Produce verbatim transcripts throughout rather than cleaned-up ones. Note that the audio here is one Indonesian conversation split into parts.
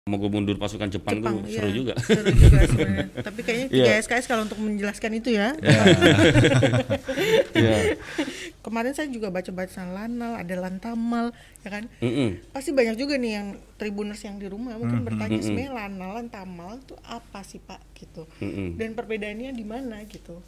Mogok mundur pasukan Jepang, Jepang, tuh iya. seru juga. Seru juga sebenarnya. Tapi kayaknya tiga Iya. S K S kalau untuk menjelaskan itu ya. Iya. Kemarin saya juga baca-baca Lanal, ada Lantamal, ya kan? Mm-mm. Pasti banyak juga nih yang tribuners yang di rumah mungkin bertanya Mm-mm. sebenarnya Lanal, Lantamal itu apa sih Pak gitu. Mm-mm. Dan perbedaannya di mana gitu.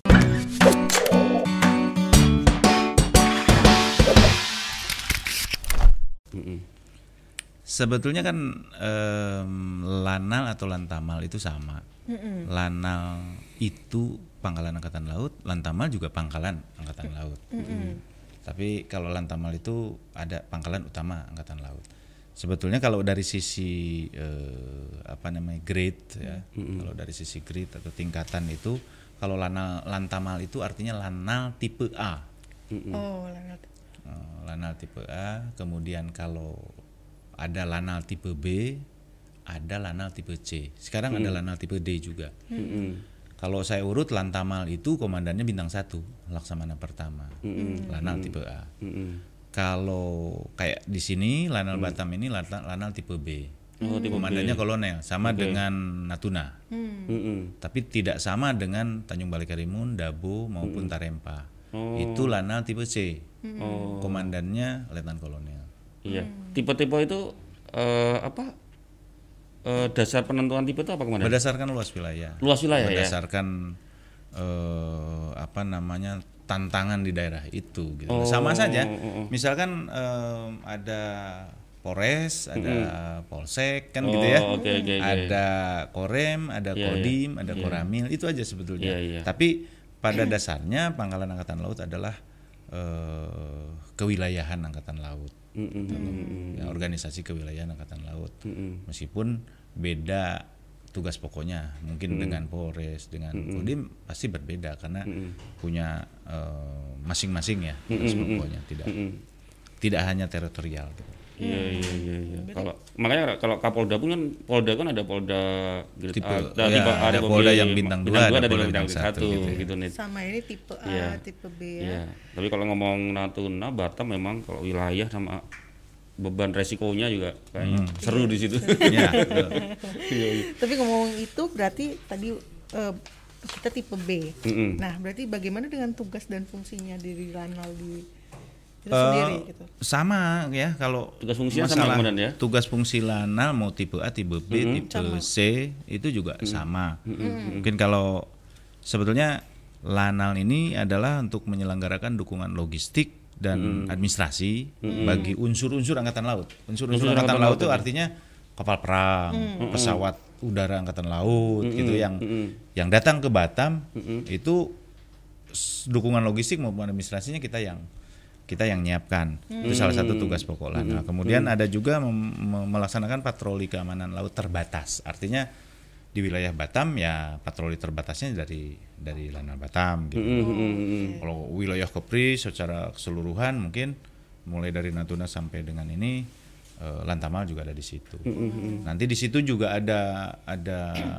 Mm-mm. Sebetulnya kan em, Lanal atau Lantamal itu sama. Mm-mm. Lanal itu pangkalan angkatan laut, Lantamal juga pangkalan angkatan laut. Mm-mm. Tapi kalau Lantamal itu ada pangkalan utama angkatan laut. Sebetulnya kalau dari sisi eh, apa namanya grade ya, Mm-mm. kalau dari sisi grade atau tingkatan itu, kalau Lanal Lantamal itu artinya Lanal tipe A. Mm-mm. Oh, Lanal. Eh, Lanal tipe A, kemudian kalau ada Lanal tipe B, ada Lanal tipe C. Sekarang ada Lanal tipe D juga. Mm-mm. Kalau saya urut Lantamal itu komandannya bintang satu, Laksamana pertama, Mm-mm. Lanal tipe A. Mm-mm. Kalau kayak di sini Lanal Batam ini Lanal, Lanal tipe B. Oh, tipe Komandannya B. kolonel, sama Oke. dengan Natuna. Hmm. Mm-mm. Tapi tidak sama dengan Tanjung Balai Karimun, Dabo maupun Tarempa. Oh. Itu Lanal tipe C. Oh. Komandannya Letnan Kolonel. Iya. Tipe-tipe itu eh, apa? Eh, dasar penentuan tipe itu apa kemana? Berdasarkan luas wilayah. Luas wilayah ya. Berdasarkan eh, apa namanya tantangan di daerah itu gitu. Oh, Sama saja. oh, oh. Misalkan eh, ada Polres, ada Polsek kan Oh, gitu ya. oke, oke, oke. Ada Korem, ada Iya, Kodim, iya. ada Iya. Koramil, itu aja Iya, sebetulnya. iya. Tapi pada dasarnya Pangkalan Angkatan Laut adalah eh, kewilayahan Angkatan Laut. Mm-mm. Mm-mm. Ya, organisasi kewilayahan Angkatan Laut. Mm-mm. Meskipun beda tugas pokoknya, mungkin dengan Polres, dengan Kodim pasti berbeda karena punya eh, masing-masing ya tugas pokoknya, tidak Mm-mm. tidak hanya teritorial gitu. Iya iya iya. iya. Kalau makanya kalau Kapolda pun kan Polda kan ada Polda grade Tipe, A, ya, ada tipe Polda B, yang bintang dua, ada ada Polda bintang bintang satu satu, gitu gitu, ya. nih. Sama ini tipe A, Iya. tipe B Iya. ya. Tapi kalau ngomong Natuna, Batam memang kalau wilayah sama beban resikonya juga kayaknya seru di situ. Ya, betul. Tapi ngomong itu berarti tadi eh, kita tipe B. Mm-mm. Nah, berarti bagaimana dengan tugas dan fungsinya dari Lanal di itu Eh, sendiri gitu. sama ya kalau Tugas fungsinya sama, masalah Komandan, ya? tugas fungsi Lanal mau tipe A, tipe B, tipe Sama. C itu juga sama. Mungkin kalau sebetulnya Lanal ini adalah untuk menyelenggarakan dukungan logistik dan administrasi bagi unsur-unsur angkatan laut. Unsur-unsur Unsur angkatan, angkatan laut laut itu itu. artinya kapal perang, pesawat udara angkatan laut gitu yang Mm-mm. yang datang ke Batam itu s- dukungan logistik maupun administrasinya kita yang kita yang nyiapkan. Itu salah satu tugas pokok Lanal. Kemudian ada juga mem- me- melaksanakan patroli keamanan laut terbatas. Artinya di wilayah Batam ya patroli terbatasnya dari dari Lanal Batam gitu. Mm-mm. Kalau wilayah Kepri secara keseluruhan mungkin mulai dari Natuna sampai dengan ini eh, Lantamal juga ada di situ. Nanti di situ juga ada ada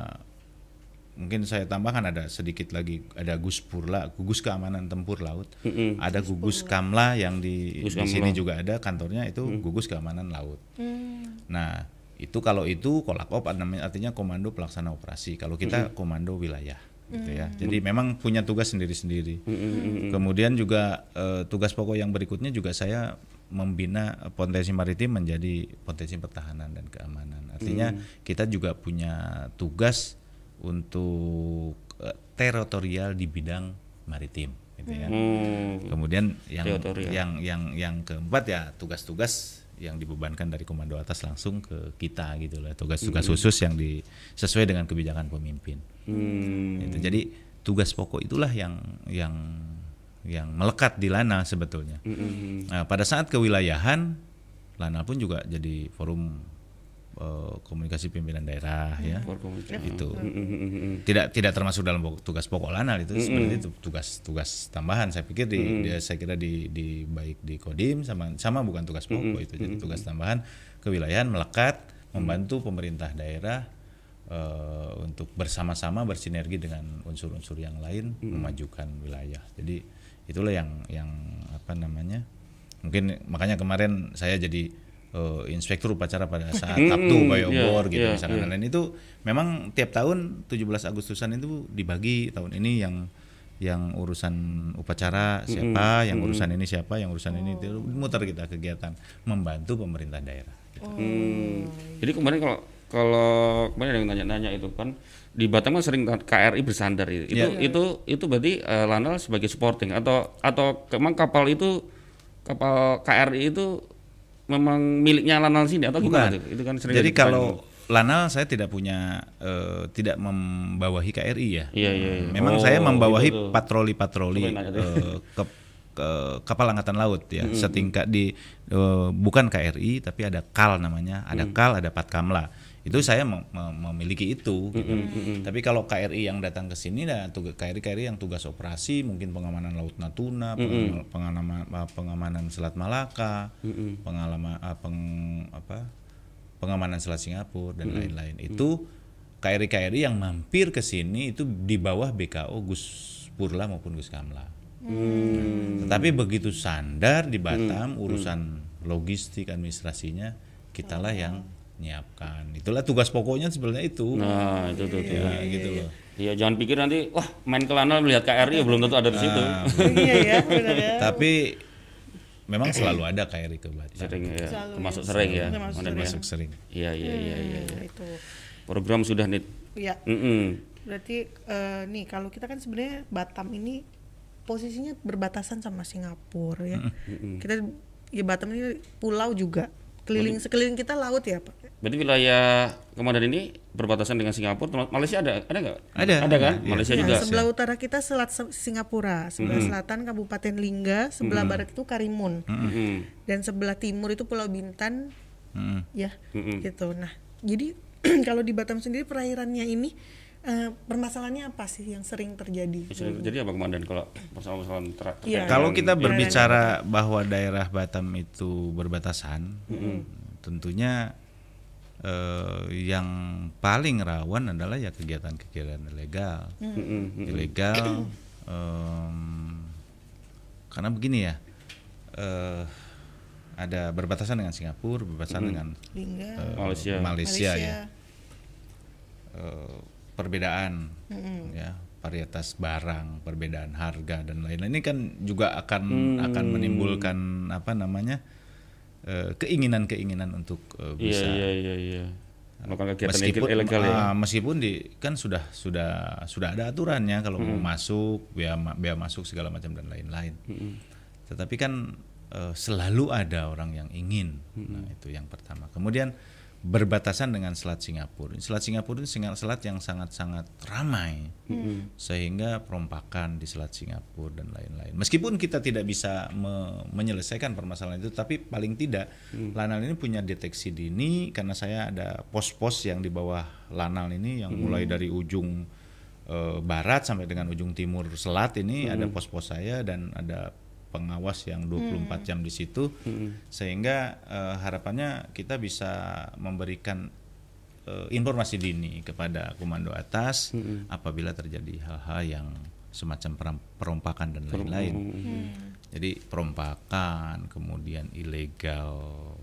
mungkin saya tambahkan ada sedikit lagi ada Guspurla, gugus keamanan tempur laut. Mm-mm. Ada gugus Kamla yang di Gugus di Kamla. sini juga ada kantornya itu gugus keamanan laut. Hmm. Nah, itu kalau itu Kolakop namanya artinya komando pelaksana operasi. Kalau kita komando wilayah gitu ya. Jadi memang punya tugas sendiri-sendiri. Kemudian juga eh, tugas pokok yang berikutnya juga saya membina potensi maritim menjadi potensi pertahanan dan keamanan. Artinya kita juga punya tugas untuk eh, teritorial di bidang maritim gitu ya. Oh. Kemudian yang Teritorial. yang yang yang keempat ya tugas-tugas yang dibebankan dari komando atas langsung ke kita gitu lah, tugas-tugas khusus yang di, sesuai dengan kebijakan pemimpin. Hmm. Gitu. Jadi tugas pokok itulah yang yang yang melekat di Lanal sebetulnya. Mm-mm. Nah, pada saat kewilayahan Lanal pun juga jadi forum eh, komunikasi pimpinan daerah ya. Berkomunikasi. Itu Mm-mm. tidak tidak termasuk dalam pokok- tugas pokok Lanal itu sebenarnya itu tugas tugas tambahan saya pikir di, di- saya kira di, di baik di Kodim sama sama bukan tugas pokok itu jadi tugas tambahan kewilayahan melekat membantu pemerintah daerah eh, untuk bersama-sama bersinergi dengan unsur-unsur yang lain memajukan wilayah jadi itulah yang yang apa namanya mungkin makanya kemarin saya jadi uh, inspektur upacara pada saat Hmm, Sabtu iya, Bayobor gitu iya, misalkan. iya. Dan itu memang tiap tahun tujuh belas Agustusan itu dibagi, tahun ini yang yang urusan upacara siapa, yang urusan ini siapa, yang urusan ini itu muter kita kegiatan membantu pemerintah daerah. Hmm. Jadi kemarin kalau kalau kemarin ada yang nanya-nanya itu kan di Batam kan sering K R I bersandar itu. Itu Iya. itu itu berarti uh, Lanal sebagai supporting atau atau memang kapal itu kapal K R I itu memang miliknya Lanal sini atau gimana Bukan. tuh? Itu kan sering Jadi ada kalau Lanal saya tidak punya eh, tidak membawahi K R I ya. Iya, iya, iya. Memang Oh, saya membawahi gitu tuh. patroli-patroli Coba nanya tuh. eh, ke, ke kapal angkatan laut ya, setingkat di eh, bukan K R I tapi ada K A L namanya, ada K A L, ada Patkamla. Itu saya mem- mem- memiliki itu. Gitu. Tapi kalau K R I yang datang ke sini, nah tugas K R I K R I yang tugas operasi mungkin pengamanan Laut Natuna, pengam- pengamanan pengamanan Selat Malaka, pengalaman ah, peng, apa pengamanan Selat Singapura dan lain-lain. Itu K R I K R I yang mampir ke sini itu di bawah B K O Gus Purla maupun Gus Kamla. Tetapi begitu sandar di Batam urusan logistik administrasinya kitalah yang nyiapkan. Itulah tugas pokoknya sebenarnya itu. Nah, itu tuh. tuh. Ya, gitu loh. Iya, jangan pikir nanti wah main ke Lanal melihat K R I ya belum tentu ada di situ. Iya ya, benar ya. Tapi memang selalu ada K R I ke Batam. Sering ya, Selalu, termasuk ya. sering ya. Termasuk Komandan ya. Masuk sering. Iya, iya, iya, iya. Nah, itu. Program sudah nih. Ya, Mm-mm. berarti eh, nih kalau kita kan sebenarnya Batam ini posisinya berbatasan sama Singapura ya. Kita ya Batam ini pulau juga. Keliling sekeliling kita laut ya, Pak. Berarti wilayah Komandan ini berbatasan dengan Singapura, termasuk Malaysia ada ada nggak? Ada. Ada kan? Iya. Malaysia Nah, juga. sebelah utara kita Selat Se- Singapura, sebelah selatan Kabupaten Lingga, sebelah barat itu Karimun, Mm-mm. dan sebelah timur itu Pulau Bintan, Mm-mm. ya, Mm-mm. gitu. Nah, jadi kalau di Batam sendiri perairannya ini eh, permasalahannya apa sih yang sering terjadi? Sering terjadi apa Komandan kalau persoalan-persoalan ter- terkait Iya. Kalau dengan- kita berbicara bahwa daerah Batam itu berbatasan, tentunya eh, yang paling rawan adalah ya kegiatan-kegiatan ilegal, Mm-mm. ilegal. em, karena begini ya, eh, ada berbatasan dengan Singapura, berbatasan dengan Lingga, eh, Malaysia. Malaysia ya. Eh, perbedaan Mm-mm. ya varietas barang, perbedaan harga dan lain-lain ini kan juga akan Hmm. akan menimbulkan apa namanya eh, keinginan-keinginan untuk eh, Iya, bisa iya, iya, iya. Melakukan kegiatan meskipun ilegal ya. ah, meskipun di kan sudah sudah sudah ada aturannya kalau mau masuk biaya ma- biaya masuk segala macam dan lain-lain. Tetapi kan eh, selalu ada orang yang ingin. Nah, itu yang pertama. Kemudian berbatasan dengan Selat Singapura. Selat Singapura itu singa- selat yang sangat-sangat ramai, sehingga perompakan di Selat Singapura dan lain-lain. Meskipun kita tidak bisa me- menyelesaikan permasalahan itu, tapi paling tidak Lanal ini punya deteksi dini karena saya ada pos-pos yang di bawah Lanal ini yang mulai dari ujung eh, barat sampai dengan ujung timur selat ini ada pos-pos saya dan ada pengawas yang dua puluh empat jam di situ, sehingga eh, harapannya kita bisa memberikan eh, informasi dini kepada komando atas apabila terjadi hal-hal yang semacam peram- perompakan dan lain-lain. Jadi perompakan, kemudian ilegal.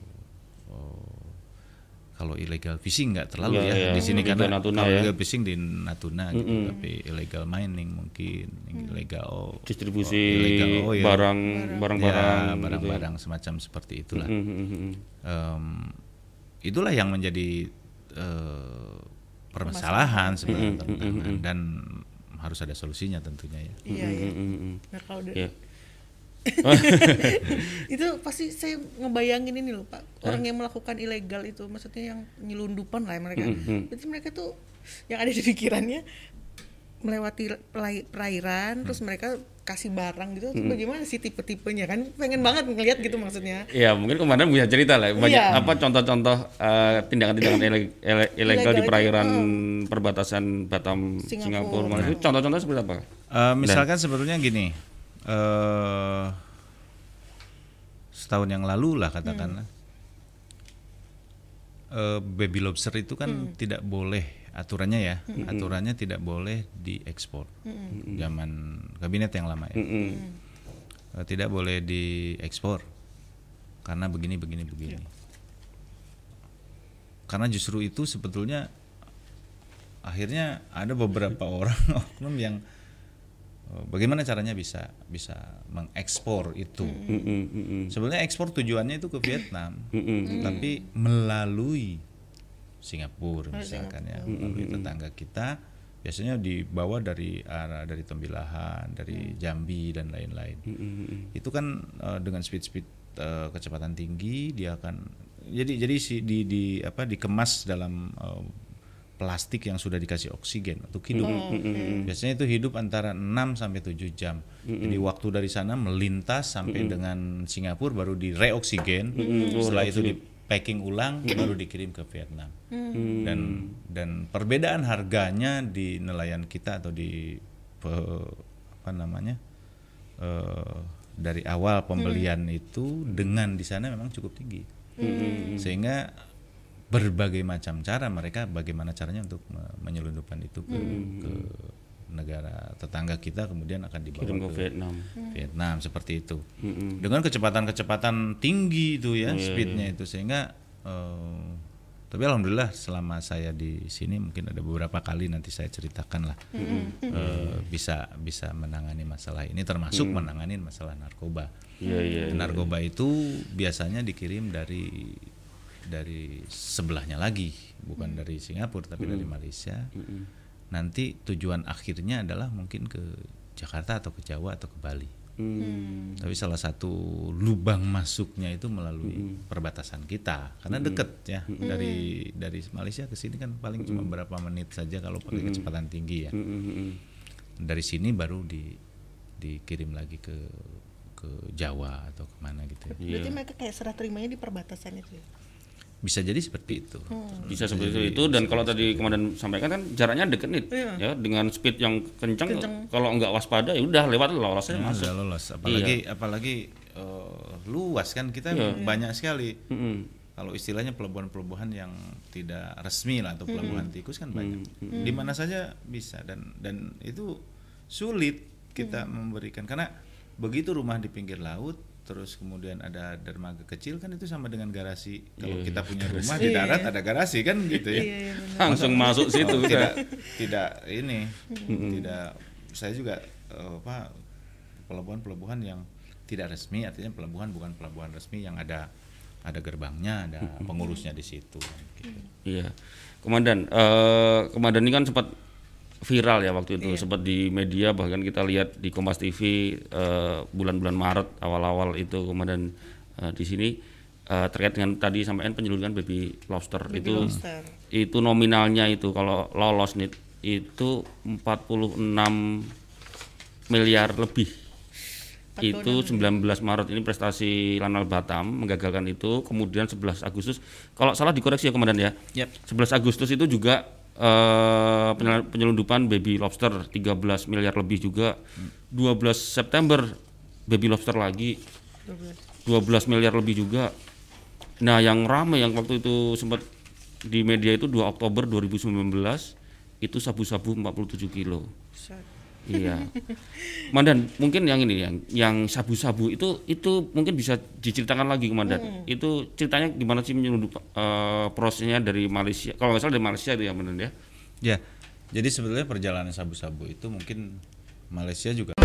oh, Kalau illegal fishing nggak terlalu Iya, ya iya. di sini Di karena Natuna kalau ya. illegal fishing di Natuna gitu, tapi illegal mining mungkin, illegal Distribusi oh, illegal oil. barang barang-barang Ya, gitu. barang-barang semacam seperti itulah. Mm, mm, mm, mm. Em, itulah yang menjadi eh, permasalahan sebenarnya tantangan, dan harus ada solusinya tentunya ya. Iya, iya. Mm, mm, mm. Nah, kalau dari- Iya. itu pasti saya ngebayangin ini loh Pak, orang yang melakukan ilegal itu, maksudnya yang nyelundupan lah ya mereka. Berarti mereka tuh yang ada di pikirannya melewati pelai- perairan, terus mereka kasih barang gitu. Terus bagaimana sih tipe-tipenya kan? Pengen banget ngelihat gitu maksudnya. Ya mungkin komandan bisa cerita lah banyak Iya. apa contoh-contoh eh, tindakan-tindakan ile- ile- ilegal Ilegal di itu, perairan oh. perbatasan Batam Singapura. Singapura. Malaysia. Itu contoh-contoh seperti apa? Eh, misalkan sebetulnya gini, eh, setahun yang lalu lah katakanlah, eh, baby lobster itu kan tidak boleh, aturannya ya, aturannya tidak boleh diekspor. Zaman kabinet yang lama ya, Mm-mm. Eh, tidak boleh diekspor karena begini begini begini. karena justru itu sebetulnya akhirnya ada beberapa orang oknum yang uh, bagaimana caranya bisa bisa mengekspor itu. Mm, mm, mm, mm. Sebenarnya ekspor tujuannya itu ke Vietnam, Mm, mm, mm. tapi melalui Singapura Oh, misalkan ya, Singapura. melalui tetangga kita, biasanya dibawa dari arah dari Tembilahan, dari Jambi dan lain-lain. Mm, mm, mm. Itu kan uh, dengan speed-speed uh, kecepatan tinggi, dia akan jadi jadi si di di apa dikemas dalam uh, plastik yang sudah dikasih oksigen untuk hidup. Oh, oke. Biasanya itu hidup antara enam sampai tujuh jam. Jadi waktu dari sana melintas sampai dengan Singapura baru direoksigen. Setelah itu di packing ulang baru dikirim ke Vietnam. Dan dan perbedaan harganya di nelayan kita atau di pe- apa namanya? eh, dari awal pembelian itu dengan di sana memang cukup tinggi. Sehingga berbagai macam cara mereka bagaimana caranya untuk me- menyelundupkan itu ke, ke negara tetangga kita, kemudian akan dibawa Kirim ke ke Vietnam. Vietnam seperti itu. Mm-mm. Dengan kecepatan-kecepatan tinggi itu ya, Iya, speednya itu, sehingga eh, tapi alhamdulillah selama saya di sini mungkin ada beberapa kali nanti saya ceritakan lah eh, bisa bisa menangani masalah ini, termasuk menangani masalah narkoba. Iya, iya, iya. Narkoba itu biasanya dikirim dari dari sebelahnya lagi, bukan dari Singapura tapi dari Malaysia. Nanti tujuan akhirnya adalah mungkin ke Jakarta atau ke Jawa atau ke Bali. Hmm. Tapi salah satu lubang masuknya itu melalui perbatasan kita, karena deket ya dari dari Malaysia ke sini kan paling cuma berapa menit saja kalau pakai kecepatan tinggi ya. Mm, mm, mm. Dari sini baru di dikirim lagi ke ke Jawa atau kemana gitu ya. Berarti mereka kayak serah terimanya di perbatasan itu ya? Bisa jadi seperti itu. Bisa seperti itu, dan kalau tadi komandan sampaikan kan jaraknya deket nih, Iya. ya dengan speed yang kencang, Kencang. kalau nggak waspada ya udah lewat lolos aja Ya, masuk. udah lolos. Apalagi apalagi eh, luas kan kita banyak sekali. Mm-mm. Kalau istilahnya pelabuhan-pelabuhan yang tidak resmi lah atau pelabuhan tikus kan banyak. Di mana saja bisa, dan dan itu sulit kita memberikan, karena begitu rumah di pinggir laut terus kemudian ada dermaga kecil kan itu sama dengan garasi. Kalau kita punya rumah di darat ada garasi kan gitu ya. Iya, iya, benar. Langsung masuk situ Oh, udah. tidak tidak ini tidak, saya juga eh, apa pelabuhan-pelabuhan yang tidak resmi, artinya pelabuhan bukan pelabuhan resmi yang ada ada gerbangnya, ada pengurusnya di situ gitu. Iya, komandan, eh, komandan ini kan sempat viral ya waktu itu, sempat di media, bahkan kita lihat di Kompas T V eh, bulan-bulan Maret awal-awal itu, komandan eh, di sini eh, terkait dengan tadi sampaikan penyelundupan baby lobster. Baby itu lobster. itu nominalnya itu kalau lolos nih itu empat puluh enam miliar lebih. Itu sembilan belas Maret ini prestasi Lanal Batam menggagalkan itu. Kemudian sebelas Agustus, kalau salah dikoreksi ya komandan ya. Yep. sebelas Agustus itu juga eh, penyel- penyelundupan baby lobster tiga belas miliar lebih juga. dua belas September baby lobster lagi dua belas miliar lebih juga. Nah, yang ramai yang waktu itu sempat di media itu dua Oktober dua ribu sembilan belas itu sabu-sabu empat puluh tujuh kilo. Iya. Komandan, mungkin yang ini yang yang sabu-sabu itu itu mungkin bisa diceritakan lagi, komandan. Itu ceritanya gimana sih menyelundup eh, prosesnya dari Malaysia? Kalau nggak salah dari Malaysia itu ya, komandan ya. Ya, jadi sebetulnya perjalanan sabu-sabu itu mungkin Malaysia juga